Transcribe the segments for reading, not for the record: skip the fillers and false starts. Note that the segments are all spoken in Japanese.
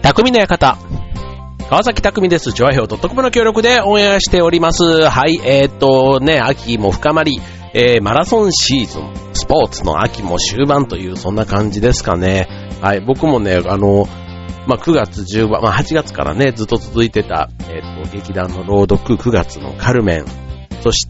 匠の館。川崎匠です。ジョアヘオ.comの協力でオンエアしております。はい、秋も深まり、マラソンシーズン、スポーツの秋も終盤という、そんな感じですかね。はい、僕もね、9月10番、8月からね、ずっと続いてた、劇団の朗読、9月のカルメン、そして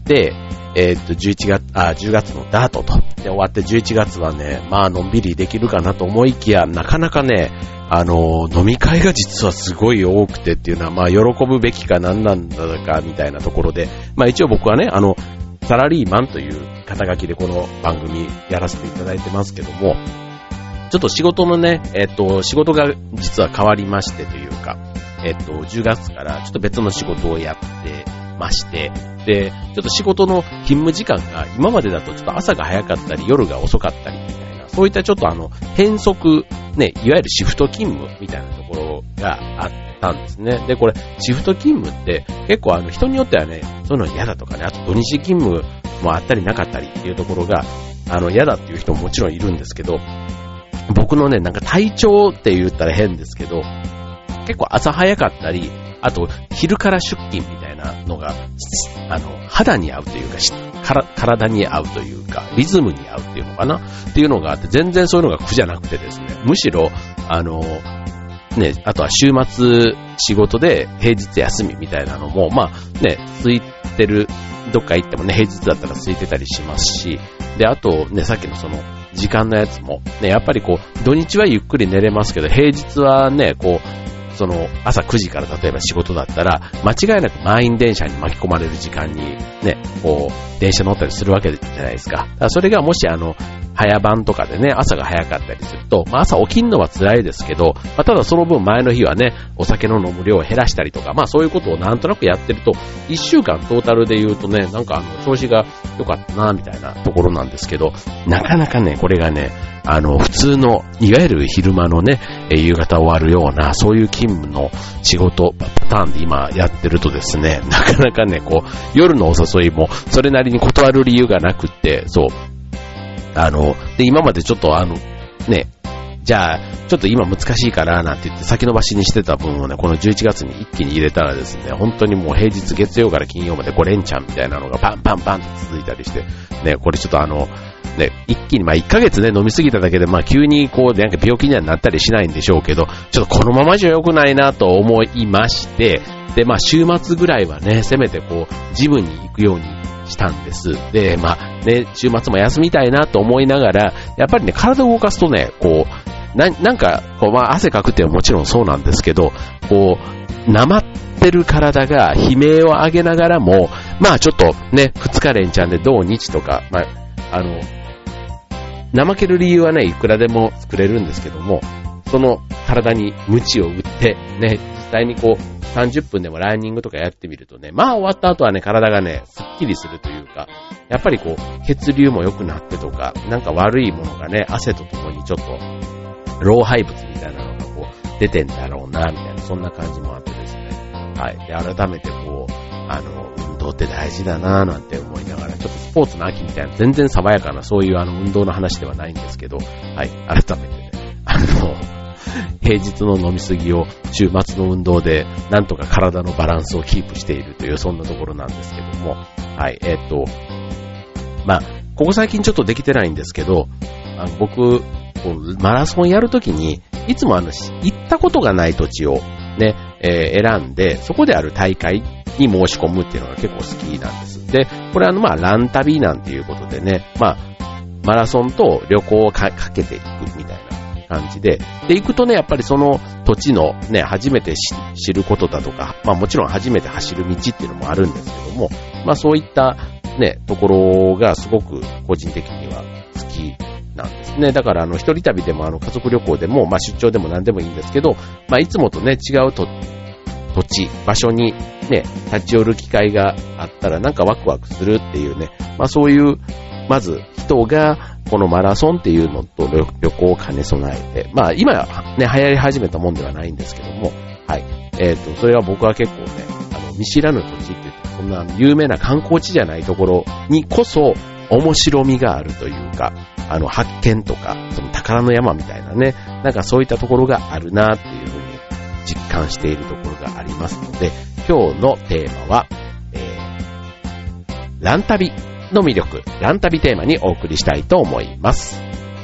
、10月のダートと、で終わって11月はね、のんびりできるかなと思いきや、なかなかね、飲み会が実はすごい多くてっていうのは、喜ぶべきか何なんだかみたいなところで、一応僕はね、サラリーマンという肩書きでこの番組やらせていただいてますけども、ちょっと仕事のね、仕事が実は変わりましてというか、10月からちょっと別の仕事をやってまして、で、ちょっと仕事の勤務時間が今までだとちょっと朝が早かったり夜が遅かったりみたいな、そういったちょっと変則、ね、いわゆるシフト勤務みたいなところがあったんですね。で、これ、シフト勤務って結構人によってはね、そういうの嫌だとかね、あと土日勤務もあったりなかったりっていうところが、嫌だっていう人ももちろんいるんですけど、僕のね、なんか体調って言ったら変ですけど、結構朝早かったり、あと昼から出勤みたいなのが、肌に合うというか、体に合うというか、リズムに合うっていうのかなっていうのがあって、全然そういうのが苦じゃなくてですね、むしろ、あとは週末仕事で平日休みみたいなのも、空いてる、どっか行ってもね、平日だったら空いてたりしますし、で、あとね、さっきのその、時間のやつも、ね、やっぱり土日はゆっくり寝れますけど、平日はね、その朝9時から例えば仕事だったら間違いなく満員電車に巻き込まれる時間にね、電車乗ったりするわけじゃないですか。だからそれがもし早番とかでね、朝が早かったりすると、朝起きるのは辛いですけど、ただその分前の日はね、お酒の飲む量を減らしたりとか、そういうことをなんとなくやってると、1週間トータルで言うとね、なんか調子が良かったなみたいなところなんですけど、なかなかね、これがね、普通の、いわゆる昼間のね、夕方終わるような、そういう勤務の仕事、パターンで今やってるとですね、なかなかね、夜のお誘いも、それなりに断る理由がなくって、そう。で、今までちょっとね、じゃあ、ちょっと今難しいかななんて言って先延ばしにしてた分をね、この11月に一気に入れたらですね、本当にもう平日月曜から金曜まで5連チャンみたいなのがパンパンパンと続いたりして、ね、これちょっとね、一気に1ヶ月ね、飲みすぎただけで、急になんか病気にはなったりしないんでしょうけど、ちょっとこのままじゃ良くないなと思いまして、で、週末ぐらいはね、せめてジムに行くようにしたんです。で、ね、週末も休みたいなと思いながら、やっぱりね、体を動かすとね、なんか、汗かくっていうのはもちろんそうなんですけど、なまってる体が悲鳴を上げながらも、ちょっとね、2日連チャンで土日とか、怠ける理由はね、いくらでも作れるんですけども、その体に鞭を打って、ね、実際に30分でもランニングとかやってみるとね、終わった後はね、体がね、スッキリするというか、やっぱり血流も良くなってとか、なんか悪いものがね、汗とともにちょっと、老廃物みたいなのが出てんだろうな、みたいな、そんな感じもあってですね。はい。で、改めて運動って大事だな、なんて思いながら、ちょっとスポーツの秋みたいな、全然爽やかな、そういう運動の話ではないんですけど、はい。改めてね、平日の飲みすぎを週末の運動でなんとか体のバランスをキープしているというそんなところなんですけども、はい、ここ最近ちょっとできてないんですけど、僕マラソンやるときにいつも行ったことがない土地をね、選んでそこである大会に申し込むっていうのが結構好きなんです。で、これラン旅なんていうことでね、マラソンと旅行をかけていくみたいな感じで、行くとね、やっぱりその土地のね、初めて知ることだとか、もちろん初めて走る道っていうのもあるんですけども、そういったね、ところがすごく個人的には好きなんですね。だから一人旅でも家族旅行でも、出張でも何でもいいんですけど、いつもとね、違う土地、場所にね、立ち寄る機会があったらなんかワクワクするっていうね、そういう、まず人がこのマラソンっていうのと旅行を兼ね備えて、今ね、流行り始めたもんではないんですけども、はい。それは僕は結構ね、見知らぬ土地って言って、そんな有名な観光地じゃないところにこそ面白みがあるというか、発見とか、その宝の山みたいなね、なんかそういったところがあるなっていうふうに実感しているところがありますので、今日のテーマは、ラン旅の魅力、ラン旅テーマにお送りしたいと思います。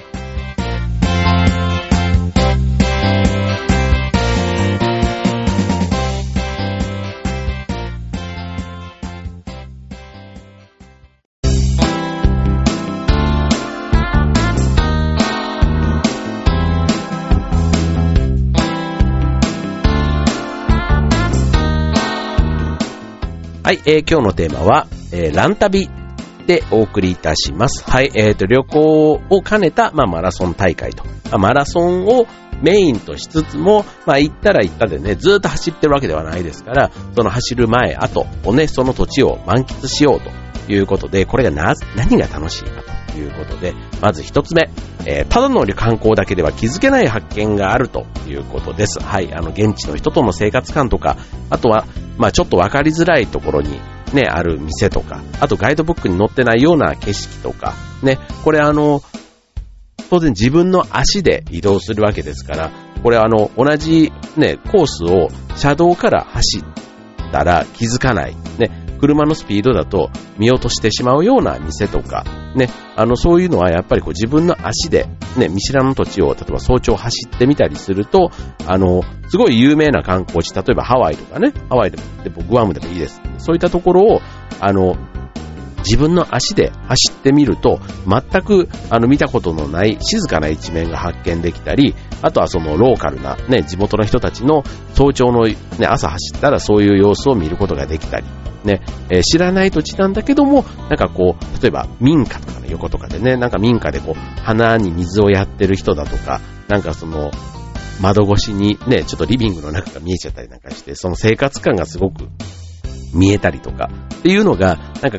はい、今日のテーマは、ラン旅でお送りいたします。はい、旅行を兼ねた、マラソン大会と。マラソンをメインとしつつも、行ったら行ったでね、ずーっと走ってるわけではないですから、その走る前、後をね、その土地を満喫しようということで、これが何が楽しいかということで、まず一つ目、ただの観光だけでは気づけない発見があるということです。はい、現地の人との生活感とか、あとは、ちょっとわかりづらいところにね、ある店とか、あとガイドブックに載ってないような景色とか、ね、これ当然自分の足で移動するわけですから、これ同じね、コースを車道から走ったら気づかない。ね、車のスピードだと見落としてしまうような店とか、ね、そういうのはやっぱり自分の足で、ね、見知らぬ土地を例えば早朝走ってみたりすると、すごい有名な観光地、例えばハワイとかね、ハワイでもグアムでもいいです。そういったところを、自分の足で走ってみると、全く見たことのない静かな一面が発見できたり、あとはそのローカルなね、地元の人たちの早朝のね、朝走ったらそういう様子を見ることができたり、ね、知らない土地なんだけども、なんか例えば民家とかの横とかでね、なんか民家で花に水をやってる人だとか、なんかその窓越しにね、ちょっとリビングの中が見えちゃったりなんかして、その生活感がすごく見えたりとかっていうのが、なんか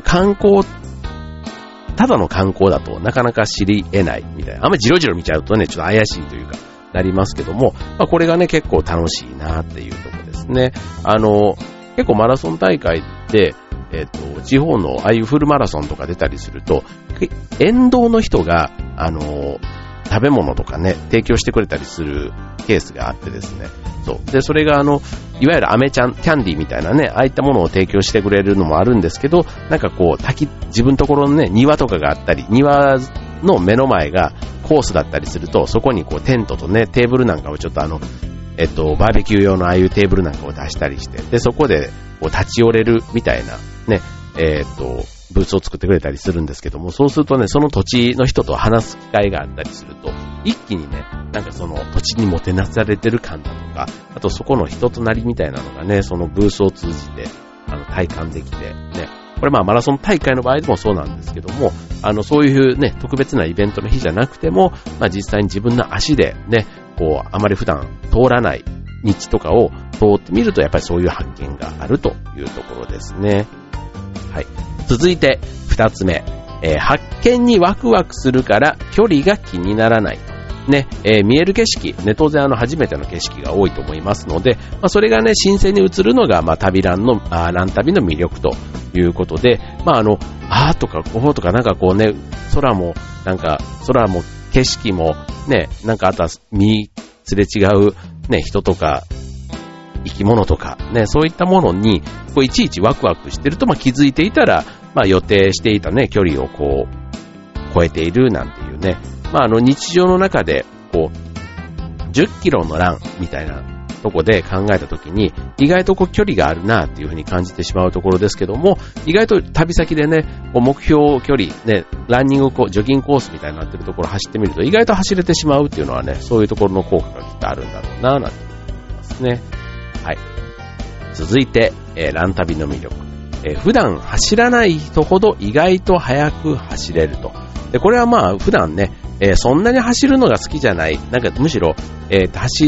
ただの観光だとなかなか知り得ないみたいな。あんまりジロジロ見ちゃうとね、ちょっと怪しいというか、なりますけども、これがね、結構楽しいなっていうところですね。結構マラソン大会で、地方のああいうフルマラソンとか出たりすると、沿道の人が、食べ物とかね、提供してくれたりするケースがあってですね。そう。で、それがいわゆるアメちゃん、キャンディーみたいなね、ああいったものを提供してくれるのもあるんですけど、なんか自分のところのね、庭とかがあったり、庭の目の前がコースだったりすると、そこにテントとね、テーブルなんかをちょっとバーベキュー用のああいうテーブルなんかを出したりして、で、そこで立ち寄れるみたいな、ね、ブースを作ってくれたりするんですけども、そうするとね、その土地の人と話す機会があったりすると、一気にね、なんかその土地にもてなされてる感だとか、あとそこの人となりみたいなのがね、そのブースを通じて、体感できて、ね、これマラソン大会の場合でもそうなんですけども、そういうね、特別なイベントの日じゃなくても、実際に自分の足でね、あまり普段通らない道とかを通ってみると、やっぱりそういう発見があるというところですね。はい。続いて二つ目、発見にワクワクするから距離が気にならない。ね、見える景色、ね、当然初めての景色が多いと思いますので、それがね、新鮮に映るのが、旅ラン旅の魅力ということで、とかこうとかなんかね、空も景色もね、なんかあとはすれ違うね、人とか生き物とかね、そういったものにいちいちワクワクしてると、気づいていたら、予定していたね、距離を超えているなんていうね、日常の中で10キロのランみたいなとこで考えたときに、意外と距離があるなっていうふうに感じてしまうところですけども、意外と旅先でね、目標距離ね、ランニングジョギングコースみたいになってるところ走ってみると、意外と走れてしまうっていうのはね、そういうところの効果がきっとあるんだろうな、なんて思いますね。はい。続いて、ラン旅の魅力。普段走らない人ほど意外と速く走れると。で、これは普段ね、そんなに走るのが好きじゃない。なんかむしろ、走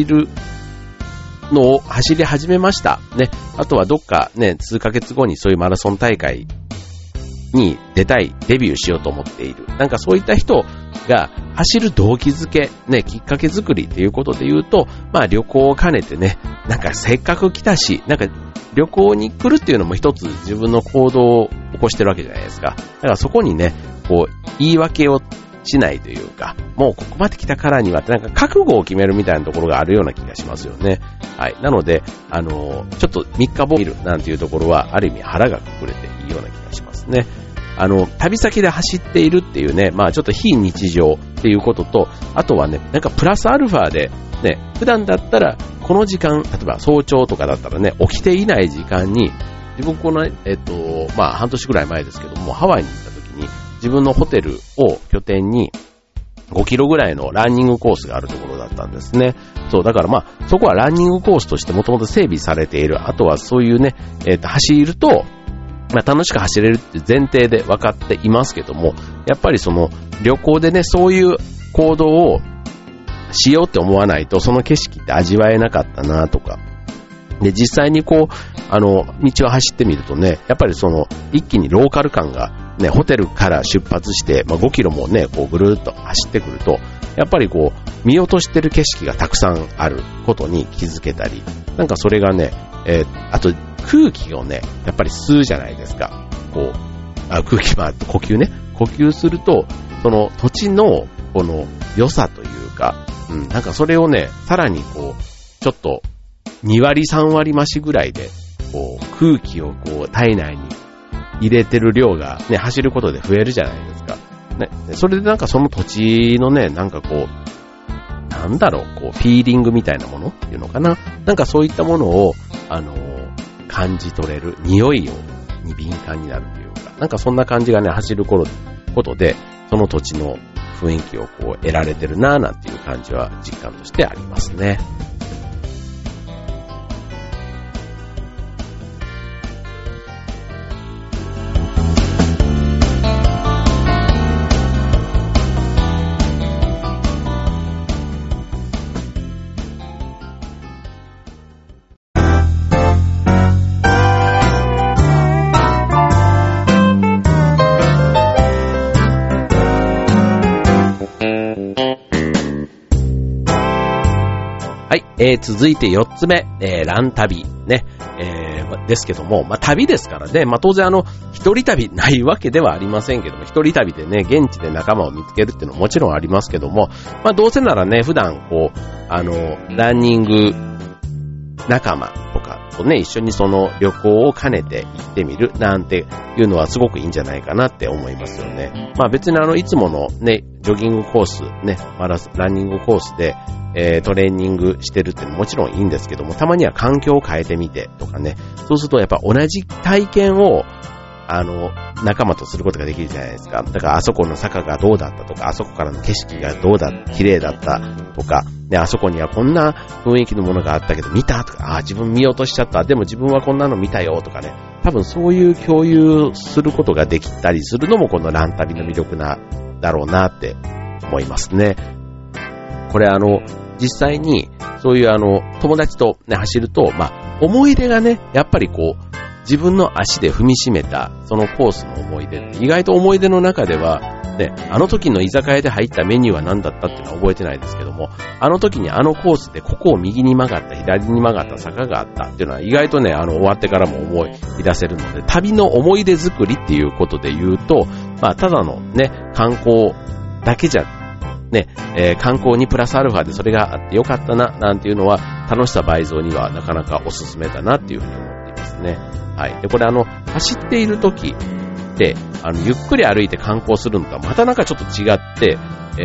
り始めました。ね。あとはどっかね、数ヶ月後にそういうマラソン大会に出たい、デビューしようと思っている。なんかそういった人が走る動機づけ、ね、きっかけ作りっていうことで言うと、旅行を兼ねてね、なんかせっかく来たし、なんか旅行に来るっていうのも一つ自分の行動を起こしてるわけじゃないですか。だからそこにね、言い訳をしないというか、もうここまで来たからにはってなんか覚悟を決めるみたいなところがあるような気がしますよね。はい。なので、ちょっと三日坊見るなんていうところは、ある意味腹がくくれていいような気がしますね。旅先で走っているっていうね、まあちょっと非日常っていうことと、あとはね、なんかプラスアルファで、ね、普段だったら、この時間、例えば早朝とかだったらね、起きていない時間に、自分この、まあ半年ぐらい前ですけども、ハワイに行った時に、自分のホテルを拠点に、5キロぐらいのランニングコースがあるところだったんですね。そう、だからまあ、そこはランニングコースとしてもともと整備されている。あとはそういうね、走ると、まあ楽しく走れるって前提で分かっていますけども、やっぱりその旅行でね、そういう行動をしようって思わないと、その景色って味わえなかったなとか。で、実際にこう、道を走ってみるとね、やっぱりその、一気にローカル感が、ね、ホテルから出発して、まあ、5キロもね、こうぐるーっと走ってくると、やっぱりこう、見落としてる景色がたくさんあることに気づけたり、なんかそれがね、あと空気をね、やっぱり吸うじゃないですか。こう、空気、まあ、呼吸ね。呼吸すると、その土地の、この良さというか、なんかそれをね、さらにこう、ちょっと、2割3割増しぐらいで、こう、空気をこう、体内に入れてる量がね、走ることで増えるじゃないですか。ね、それでなんかその土地のね、なんかこう、なんだろう、こう、フィーリングみたいなものっていうのかな。なんかそういったものを、感じ取れる、匂いに敏感になるというか、なんかそんな感じがね、走ることで、その土地の雰囲気をこう、得られてるなぁなんていう感じは実感としてありますね。続いて4つ目、ラン旅ね、ですけども、まあ、旅ですからね、まあ、当然一人旅ないわけではありませんけども、一人旅でね、現地で仲間を見つけるっていうのももちろんありますけども、まあ、どうせならね、普段こう、ランニング仲間とかとね、一緒にその旅行を兼ねて行ってみるなんていうのはすごくいいんじゃないかなって思いますよね。まあ別にいつものね、ジョギングコースね、ランニングコースで、トレーニングしてるってもちろんいいんですけども、たまには環境を変えてみてとかね、そうするとやっぱ同じ体験を仲間とすることができるじゃないですか。だからあそこの坂がどうだったとか、あそこからの景色が綺麗だったとか、ね、あそこにはこんな雰囲気のものがあったけど見たとか、自分見落としちゃった。でも自分はこんなの見たよとかね。多分そういう共有することができたりするのもこのラン旅の魅力だろうなって思いますね。これ実際にそういう友達とね、走ると、まあ、思い出がね、やっぱりこう、自分の足で踏みしめたそのコースの思い出って意外と思い出の中ではね、あの時の居酒屋で入ったメニューは何だったっていうのは覚えてないですけども、あの時にあのコースでここを右に曲がった左に曲がった坂があったっていうのは意外とね、終わってからも思い出せるので、旅の思い出作りっていうことで言うと、まあただのね、観光だけじゃね、観光にプラスアルファでそれがあってよかったななんていうのは楽しさ倍増にはなかなかおすすめだなっていうふうに思っていますね。はい。で、これ走っている時って、ゆっくり歩いて観光するのとはまたなんかちょっと違って、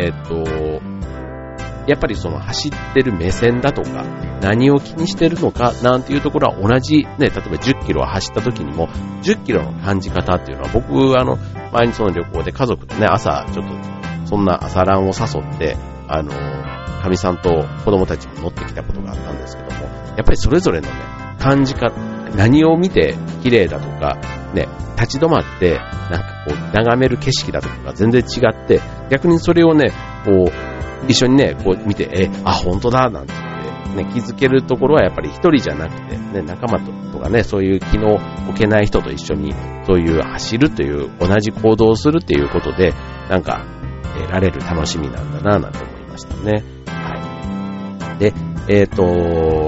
やっぱりその走ってる目線だとか、何を気にしてるのかなんていうところは同じね、例えば10キロを走った時にも、10キロの感じ方っていうのは僕、前にその旅行で家族とね、朝ちょっと、そんな朝ランを誘って、かみさんと子供たちも乗ってきたことがあったんですけども、やっぱりそれぞれのね、感じ方、何を見て綺麗だとか、ね、立ち止まって、なんかこう、眺める景色だとかが全然違って、逆にそれをね、こう、一緒にね、こう見て、本当だ、なんて言って、ね、気づけるところはやっぱり一人じゃなくて、ね、仲間とかね、そういう気の置けない人と一緒に、そういう走るという、同じ行動をするっていうことで、なんか、得られる楽しみなんだな、なんて思いましたね。はい。で、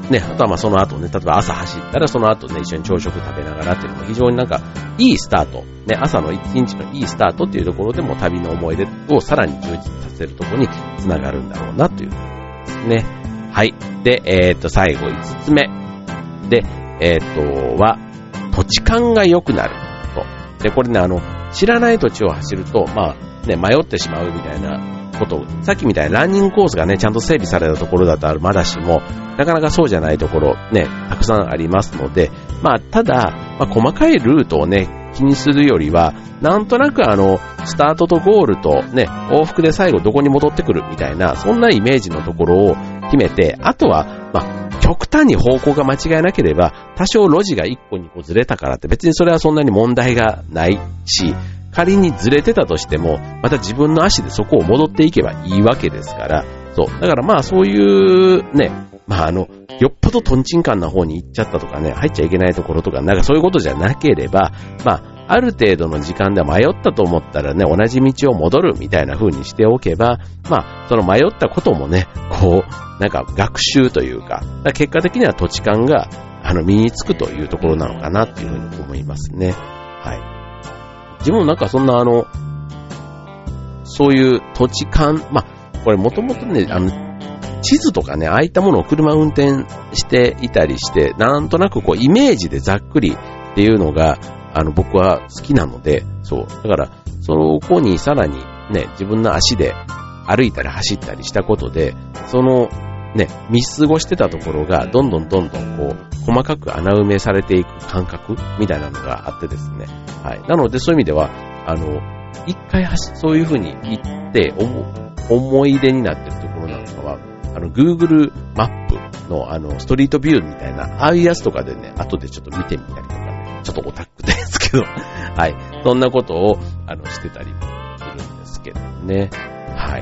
ね、あとはその後ね、例えば朝走ったらその後ね、一緒に朝食食べながらっていうのも非常にいいスタート、ね、朝の一日のいいスタートっていうところでも旅の思い出をさらに充実させるところにつながるんだろうなということですね。はい。で、最後5つ目。で、は、土地勘が良くなると。で、これね、知らない土地を走ると、ね、迷ってしまうみたいなこと、さっきみたいなランニングコースがね、ちゃんと整備されたところだとまだしも、なかなかそうじゃないところ、ね、たくさんありますので、ただ、細かいルートをね、気にするよりは、なんとなくスタートとゴールとね、往復で最後どこに戻ってくるみたいな、そんなイメージのところを決めて、あとは、極端に方向が間違えなければ、多少路地が1個2個ずれたからって別にそれはそんなに問題がないし、仮にずれてたとしても、また自分の足でそこを戻っていけばいいわけですから、そう。だからそういうね、よっぽどトンチンカンな方に行っちゃったとかね、入っちゃいけないところとか、そういうことじゃなければ、ある程度の時間で迷ったと思ったらね、同じ道を戻るみたいな風にしておけば、その迷ったこともね、学習というか、結果的には土地勘が、身につくというところなのかなっていうふうに思いますね。はい。自分もそんなそういう土地勘、これもともとね、地図とかね、ああいったものを車運転していたりして、なんとなくイメージでざっくりっていうのが、僕は好きなので、そう。だから、そこにさらにね、自分の足で歩いたり走ったりしたことで、そのね、見過ごしてたところが、どんどん細かく穴埋めされていく感覚みたいなのがあってですね。はい。なので、そういう意味では、一回そういう風に行って、思い出になってるところなんかは、Google マップのストリートビューみたいな、ああいうやつとかでね、後でちょっと見てみたりとかね、ちょっとオタクですけど、はい。そんなことを、してたりするんですけどね。はい。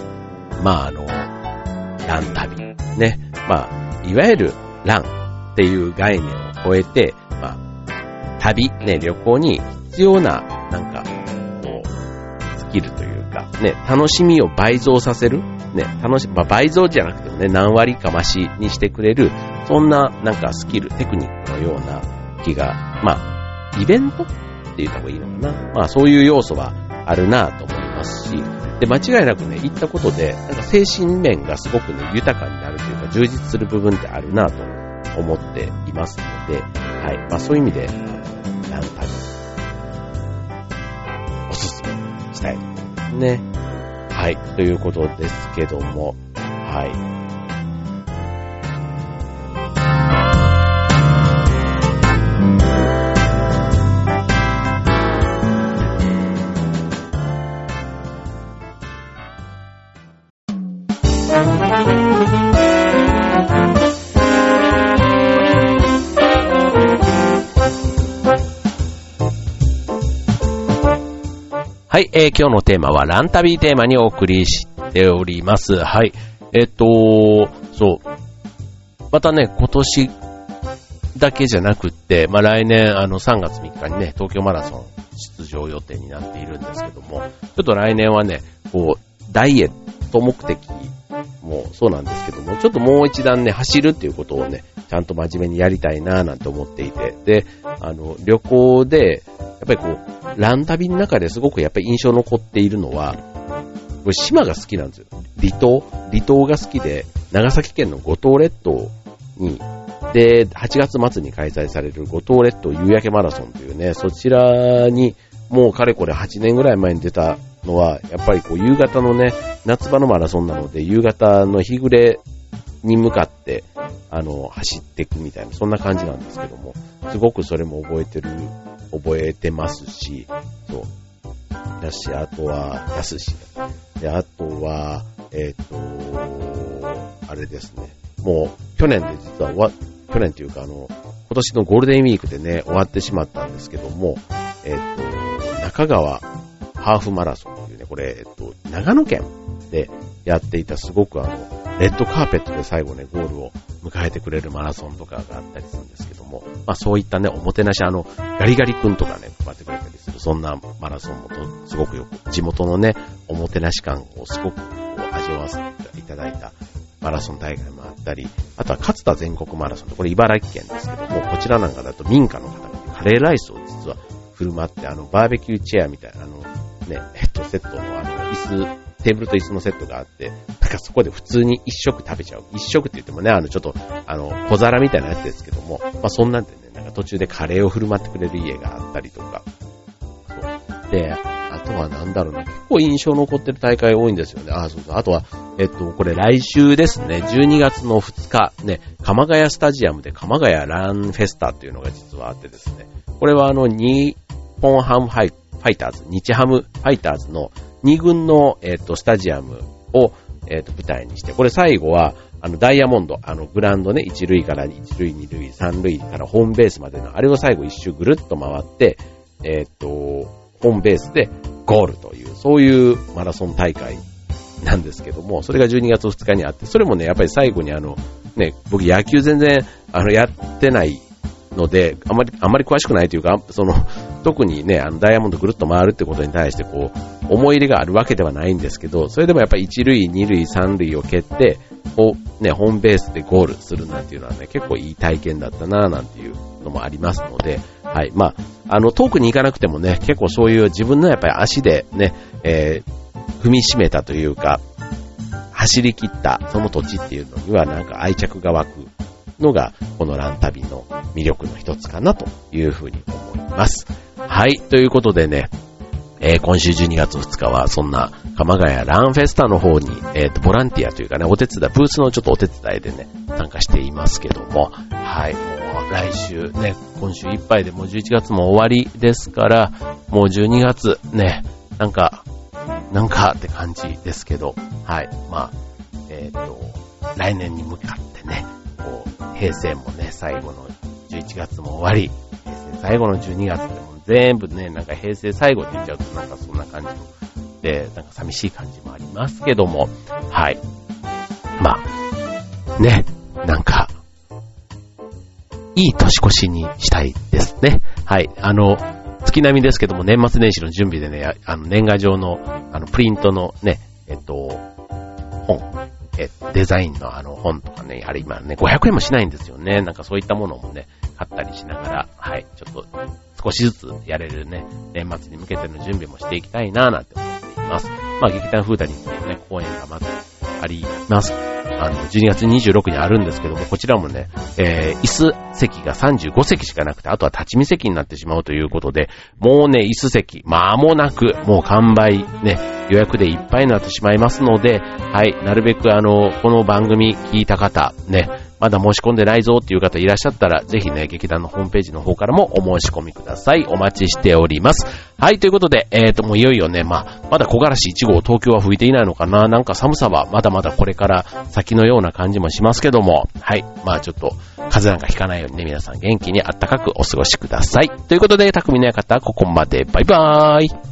ラン旅。ね。いわゆるランっていう概念を超えて、旅、ね、旅行に必要な、スキルというか、ね、楽しみを倍増させる。ね、倍増じゃなくてもね、何割か増しにしてくれる、そんなスキル、テクニックのような気が、イベントって言った方がいいのかな。そういう要素はあるなと思いますし、で、間違いなくね、行ったことで、精神面がすごくね、豊かになるというか、充実する部分ってあるなと思っていますので、はい。そういう意味で、ラン旅、おすすめしたいと思いますね。はい。ということですけども、はい。はい、今日のテーマはラン旅テーマにお送りしております。はい。そう。またね、今年だけじゃなくって、来年3月3日にね、東京マラソン出場予定になっているんですけども、ちょっと来年はね、ダイエット目的もそうなんですけども、ちょっともう一段ね、走るっていうことをね、ちゃんと真面目にやりたいなぁなんて思っていて、で、旅行で、やっぱりラン旅の中ですごくやっぱり印象残っているのは、これ島が好きなんですよ。離島が好きで、長崎県の五島列島に、で、8月末に開催される五島列島夕焼けマラソンというね、そちらに、もうかれこれ8年ぐらい前に出たのは、やっぱり夕方のね、夏場のマラソンなので、夕方の日暮れに向かって、走っていくみたいな、そんな感じなんですけども、すごくそれも覚えてますし、そう。だし、あとは、で、あとは、あれですね。もう、去年で実は去年というか今年のゴールデンウィークでね、終わってしまったんですけども、中川ハーフマラソンというね、これ、長野県でやっていたすごくレッドカーペットで最後ね、ゴールを迎えてくれるマラソンとかがあったりするんですけども、そういったね、おもてなし、ガリガリ君とかね、配ってくれたりする、そんなマラソンもすごくよく、地元のね、おもてなし感をすごく味わわせていただいたマラソン大会もあったり、あとは勝田全国マラソン、これ茨城県ですけども、こちらなんかだと民家の方がカレーライスを実は振る舞って、バーベキューチェアみたいな、セットの椅子、テーブルと椅子のセットがあって、なんかそこで普通に一食食べちゃう。一食って言ってもね、ちょっと、小皿みたいなやつですけども、まあそんなんでね、なんか途中でカレーを振る舞ってくれる家があったりとか。そうで、あとはなんだろうな、結構印象残ってる大会多いんですよね。そうそう。あとは、これ来週ですね、12月の2日、ね、鎌ヶ谷スタジアムで鎌ヶ谷ランフェスタっていうのが実はあってですね、これは日本ハムファイターズ、日ハムファイターズの2軍の、スタジアムを、舞台にして、これ最後は、ダイヤモンド、グラウンドね、1塁から1塁、2塁、3塁からホームベースまでの、あれを最後一周ぐるっと回って、ホームベースでゴールという、そういうマラソン大会なんですけども、それが12月2日にあって、それもね、やっぱり最後にね、僕野球全然、やってないので、あまり詳しくないというか、特にね、ダイヤモンドぐるっと回るってことに対して、こう、思い入れがあるわけではないんですけど、それでもやっぱり1塁、2塁、3塁を蹴って、ホームベースでゴールするなんていうのはね、結構いい体験だったななんていうのもありますので、はい。まあ、遠くに行かなくてもね、結構そういう自分のやっぱり足でね、踏みしめたというか、走り切ったその土地っていうのにはなんか愛着が湧くのが、このラン旅の魅力の一つかなというふうに思います。はい。ということでね、今週12月2日はそんな鎌ヶ谷ランフェスタの方に、ボランティアというかね、お手伝い、ブースのちょっとお手伝いでね、参加していますけども、はい。もう来週ね、今週いっぱいでもう11月も終わりですから、もう12月ね、なんかって感じですけど、はい。まあ、来年に向かってね、こう、平成もね、最後の11月も終わり、平成最後の12月でも全部ね、なんか平成最後って言っちゃうとなんかそんな感じで、なんか寂しい感じもありますけども、はい。まあ、ね、なんか、いい年越しにしたいですね。はい。月並みですけども、年末年始の準備でね、年賀状の、プリントのね、本、デザインの本とかね、あれ今ね、500円もしないんですよね。なんかそういったものもね、買ったりしながら、はい、ちょっと少しずつやれるね、年末に向けての準備もしていきたいななんて思っています。まあ、劇団フーダニーのね、公演がまずあります。12月26にあるんですけども、こちらもね、椅子席が35席しかなくて、あとは立ち見席になってしまうということで、もうね、椅子席、間もなく、もう完売、ね、予約でいっぱいになってしまいますので、はい、なるべくこの番組聞いた方、ね、まだ申し込んでないぞっていう方いらっしゃったら、ぜひね、劇団のホームページの方からもお申し込みください。お待ちしております。はい、ということで、もういよいよね、まだ木枯らし1号東京は吹いていないのかな、なんか寒さはまだまだこれから先のような感じもしますけども、はい、ちょっと、風邪なんかひかないようにね、皆さん元気にあったかくお過ごしください。ということで、匠の館、ここまで。バイバーイ。